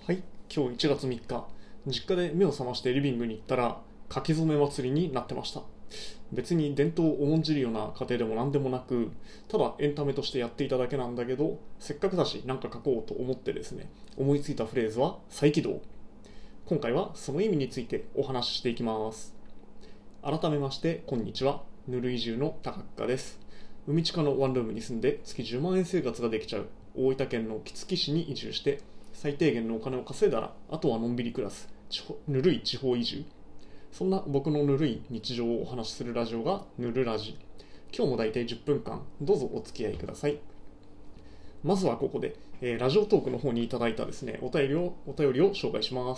はい、今日1月3日、実家で目を覚ましてリビングに行ったら、書き初め祭りになってました。別に伝統を重んじるような家庭でも何でもなく、ただエンタメとしてやっていただけなんだけど、せっかくだし何か書こうと思ってですね、思いついたフレーズは再起動。今回はその意味についてお話ししていきます。改めまして、こんにちは。ぬる移住の高塚です。海近のワンルームに住んで月10万円生活ができちゃう大分県の杵築市に移住して、最低限のお金を稼いだらあとはのんびり暮らすぬるい地方移住。そんな僕のぬるい日常をお話しするラジオがぬるラジ。今日もだいたい10分間どうぞお付き合いください。まずはここで、ラジオトークの方にいただいたですねお便りを紹介します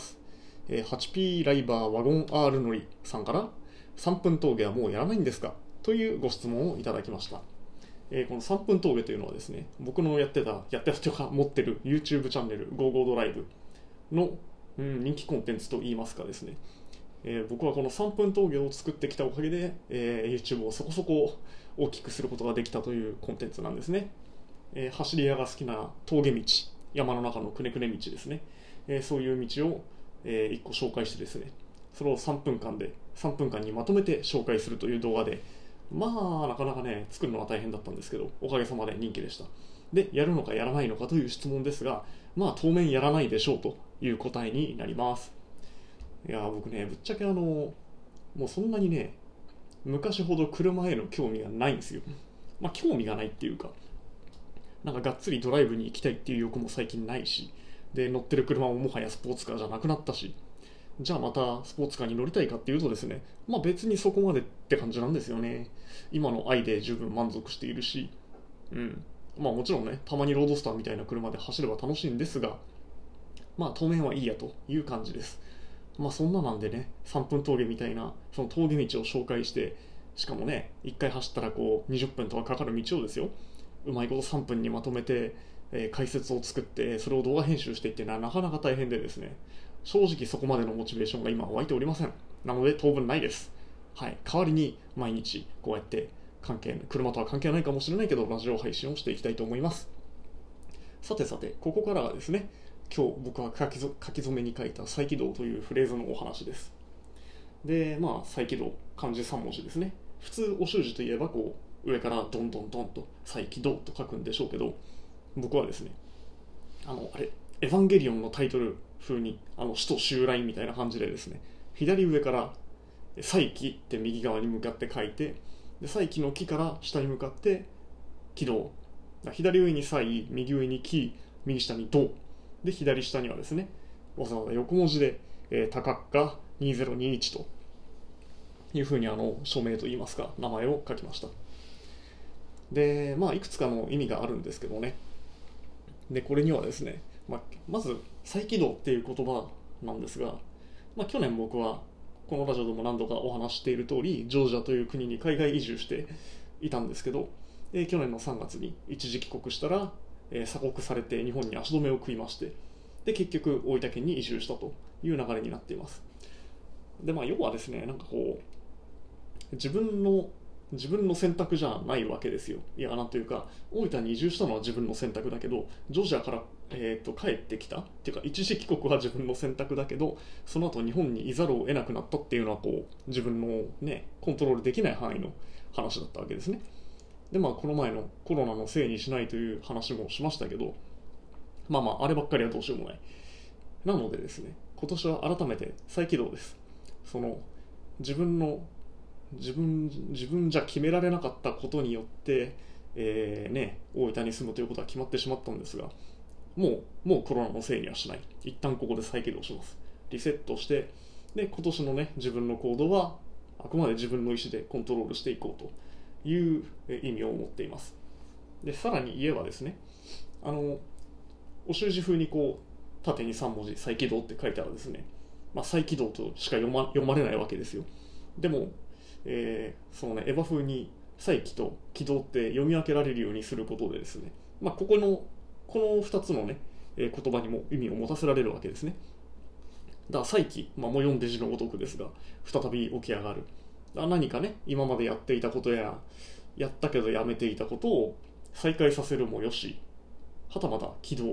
。8P ライバーワゴン R のりさんから、3分峠はもうやらないんですかというご質問をいただきました。この3分峠というのはですね、僕のやってたというか持ってる YouTube チャンネル GoGo ドライブの、人気コンテンツといいますかですね、僕はこの3分峠を作ってきたおかげで、YouTube をそこそこ大きくすることができたというコンテンツなんですね。走り屋が好きな峠道、山の中のくねくね道ですね、そういう道を、1個紹介してですね、それを3分間にまとめて紹介するという動画で、まあなかなかね作るのは大変だったんですけど、おかげさまで人気でした。で、やるのかやらないのかという質問ですが、まあ当面やらないでしょうという答えになります。いや僕ね、ぶっちゃけもうそんなにね昔ほど車への興味がないんですよ。まあ興味がないっていうか、なんかがっつりドライブに行きたいっていう欲も最近ないし、で乗ってる車ももはやスポーツカーじゃなくなったし、じゃあまたスポーツカーに乗りたいかっていうとですね、まあ別にそこまでって感じなんですよね。今の愛で十分満足しているし、まあもちろんね、たまにロードスターみたいな車で走れば楽しいんですが、まあ当面はいいやという感じです。まあそんななんでね、3分峠みたいなその峠道を紹介して、しかもね、1回走ったらこう20分とかかかる道をですよ、うまいこと3分にまとめて、解説を作ってそれを動画編集していっていうのはなかなか大変でですね、正直そこまでのモチベーションが今は湧いておりません。なので当分ないです。はい、代わりに毎日こうやって車とは関係ないかもしれないけどラジオ配信をしていきたいと思います。さてさて、ここからはですね、今日僕は書き初めに書いた再起動というフレーズのお話です。で、まあ再起動、漢字3文字ですね。普通お習字といえばこう上からドンドンドンと再起動と書くんでしょうけど、僕はですね、エヴァンゲリオンのタイトル風に使徒襲来みたいな感じでですね、左上から再起って右側に向かって書いて、で再起の木から下に向かって起動、左上に再、右上に起、右下に動で、左下にはですね、わざわざ横文字で、高塚2021というふうに署名といいますか名前を書きました。で、まあいくつかの意味があるんですけどね。でこれにはですね、まず再起動っていう言葉なんですが、去年僕はこのラジオでも何度かお話している通り、ジョージアという国に海外移住していたんですけど、去年の3月に一時帰国したら、鎖国されて日本に足止めを食いまして、で結局大分県に移住したという流れになっています。で要はですね、なんかこう自分の選択じゃないわけですよ。いや、なんというか、大分に移住したのは自分の選択だけど、ジョージアから、帰ってきたっていうか、一時帰国は自分の選択だけど、その後日本にいざるを得なくなったっていうのはこう自分のねコントロールできない範囲の話だったわけですね。でこの前のコロナのせいにしないという話もしましたけど、あればっかりはどうしようもない。なのでですね、今年は改めて再起動です。その自分じゃ決められなかったことによって、大分に住むということは決まってしまったんですが、もうコロナのせいにはしない。一旦ここで再起動します。リセットして、で今年のね自分の行動はあくまで自分の意思でコントロールしていこうという意味を持っています。でさらに言えばですね、お習字風にこう縦に3文字再起動って書いたらですね、再起動としか読まれないわけですよ。でもそのねエヴァ風に再起と起動って読み分けられるようにすることでですね、この2つのね、言葉にも意味を持たせられるわけですね。だから再起、もう読んで字のごとくですが、再び起き上がる。何かね、今までやっていたことややったけどやめていたことを再開させるもよし、はたまた起動、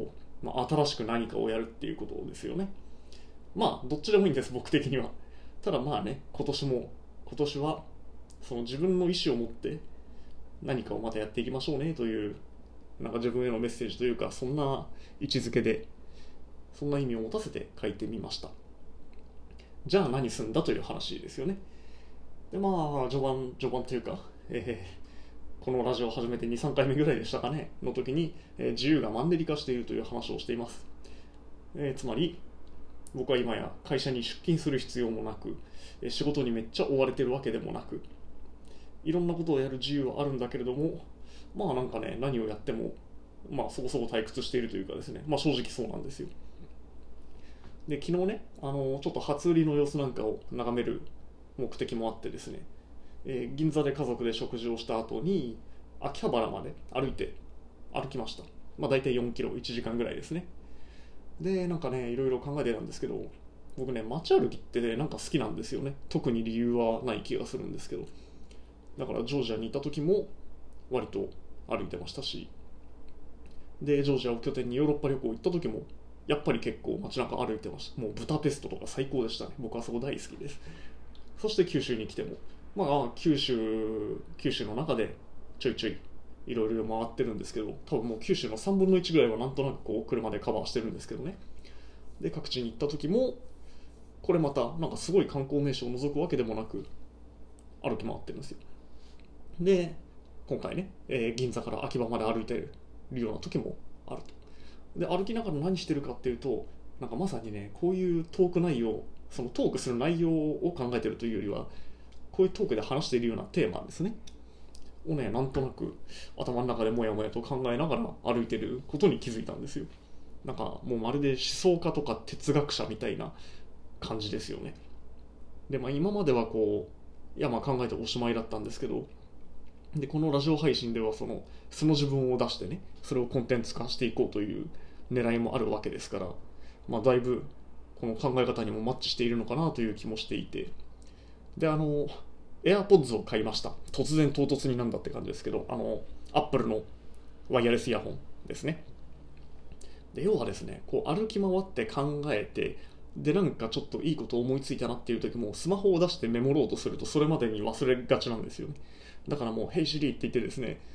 新しく何かをやるっていうことですよね。どっちでもいいんです、僕的には。ただ今年はその自分の意思を持って何かをまたやっていきましょうねという、自分へのメッセージというか、そんな位置づけで、そんな意味を持たせて書いてみました。じゃあ何すんだという話ですよね。で序盤というか、このラジオを始めて2、3回目ぐらいでしたかねの時に、自由がマンネリ化しているという話をしています。つまり僕は今や会社に出勤する必要もなく、仕事にめっちゃ追われてるわけでもなく、いろんなことをやる自由はあるんだけれども、何をやってもそこそこ退屈しているというかですね、正直そうなんですよ。で、昨日ね、ちょっと初売りの様子なんかを眺める目的もあってですね、銀座で家族で食事をした後に秋葉原まで歩きました。大体4キロ、1時間ぐらいですね。で、いろいろ考えてたんですけど、僕ね、街歩きって好きなんですよね。特に理由はない気がするんですけど。だからジョージアにいた時も割と歩いてましたし、で、ジョージアを拠点にヨーロッパ旅行行った時もやっぱり結構街中歩いてました。もうブダペストとか最高でしたね。僕はそこ大好きです。そして九州に来ても、九州の中でちょいちょいいろいろ回ってるんですけど、多分もう九州の3分の1ぐらいはなんとなく車でカバーしてるんですけどね。で、各地に行った時もこれまたすごい観光名所を除くわけでもなく歩き回ってるんですよ。で、今回ね、銀座から秋葉まで歩いてるような時もあると。で、歩きながら何してるかっていうと、まさにね、こういうトーク内容、そのトークする内容を考えてるというよりは、こういうトークで話しているようなテーマですねをね、なんとなく頭の中でもやもやと考えながら歩いてることに気づいたんですよ。もうまるで思想家とか哲学者みたいな感じですよね。で、今までは考えておしまいだったんですけど、で、このラジオ配信ではその自分を出してね、それをコンテンツ化していこうという狙いもあるわけですから、だいぶこの考え方にもマッチしているのかなという気もしていて、で、AirPods を買いました。唐突になんだって感じですけど、Apple のワイヤレスイヤホンですね。で、要はですね、歩き回って考えて、で、ちょっといいことを思いついたなっていう時も、スマホを出してメモろうとすると、それまでに忘れがちなんですよね。だからもう、Hey Siri って言ってですね、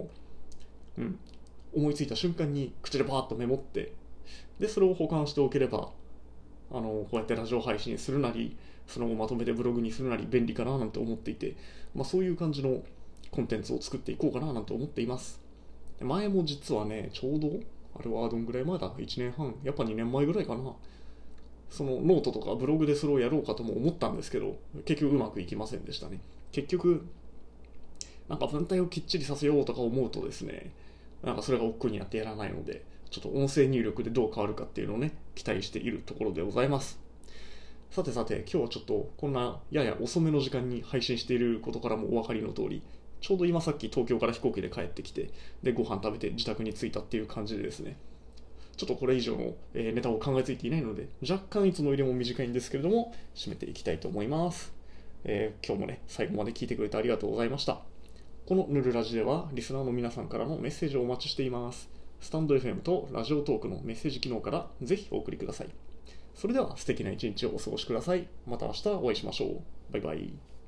思いついた瞬間に口でバーッとメモって、で、それを保管しておければ、こうやってラジオ配信するなり、その後まとめてブログにするなり便利かななんて思っていて、そういう感じのコンテンツを作っていこうかななんて思っています。前も実はね、ちょうど、あれはどんぐらい前だ ?1 年半、やっぱ2年前ぐらいかな。そのノートとかブログでそれをやろうかとも思ったんですけど、結局うまくいきませんでしたね。結局、文体をきっちりさせようとか思うとですね、それが億劫になってやらないので、ちょっと音声入力でどう変わるかっていうのをね、期待しているところでございます。さて、今日はちょっとこんなやや遅めの時間に配信していることからもお分かりの通り、ちょうど今さっき東京から飛行機で帰ってきて、で、ご飯食べて自宅に着いたっていう感じでですね、ちょっとこれ以上のネタを考えついていないので、若干いつもよりも短いんですけれども、締めていきたいと思います。今日もね、最後まで聞いてくれてありがとうございました。このヌルラジでは、リスナーの皆さんからのメッセージをお待ちしています。スタンド FM とラジオトークのメッセージ機能からぜひお送りください。それでは素敵な一日をお過ごしください。また明日お会いしましょう。バイバイ。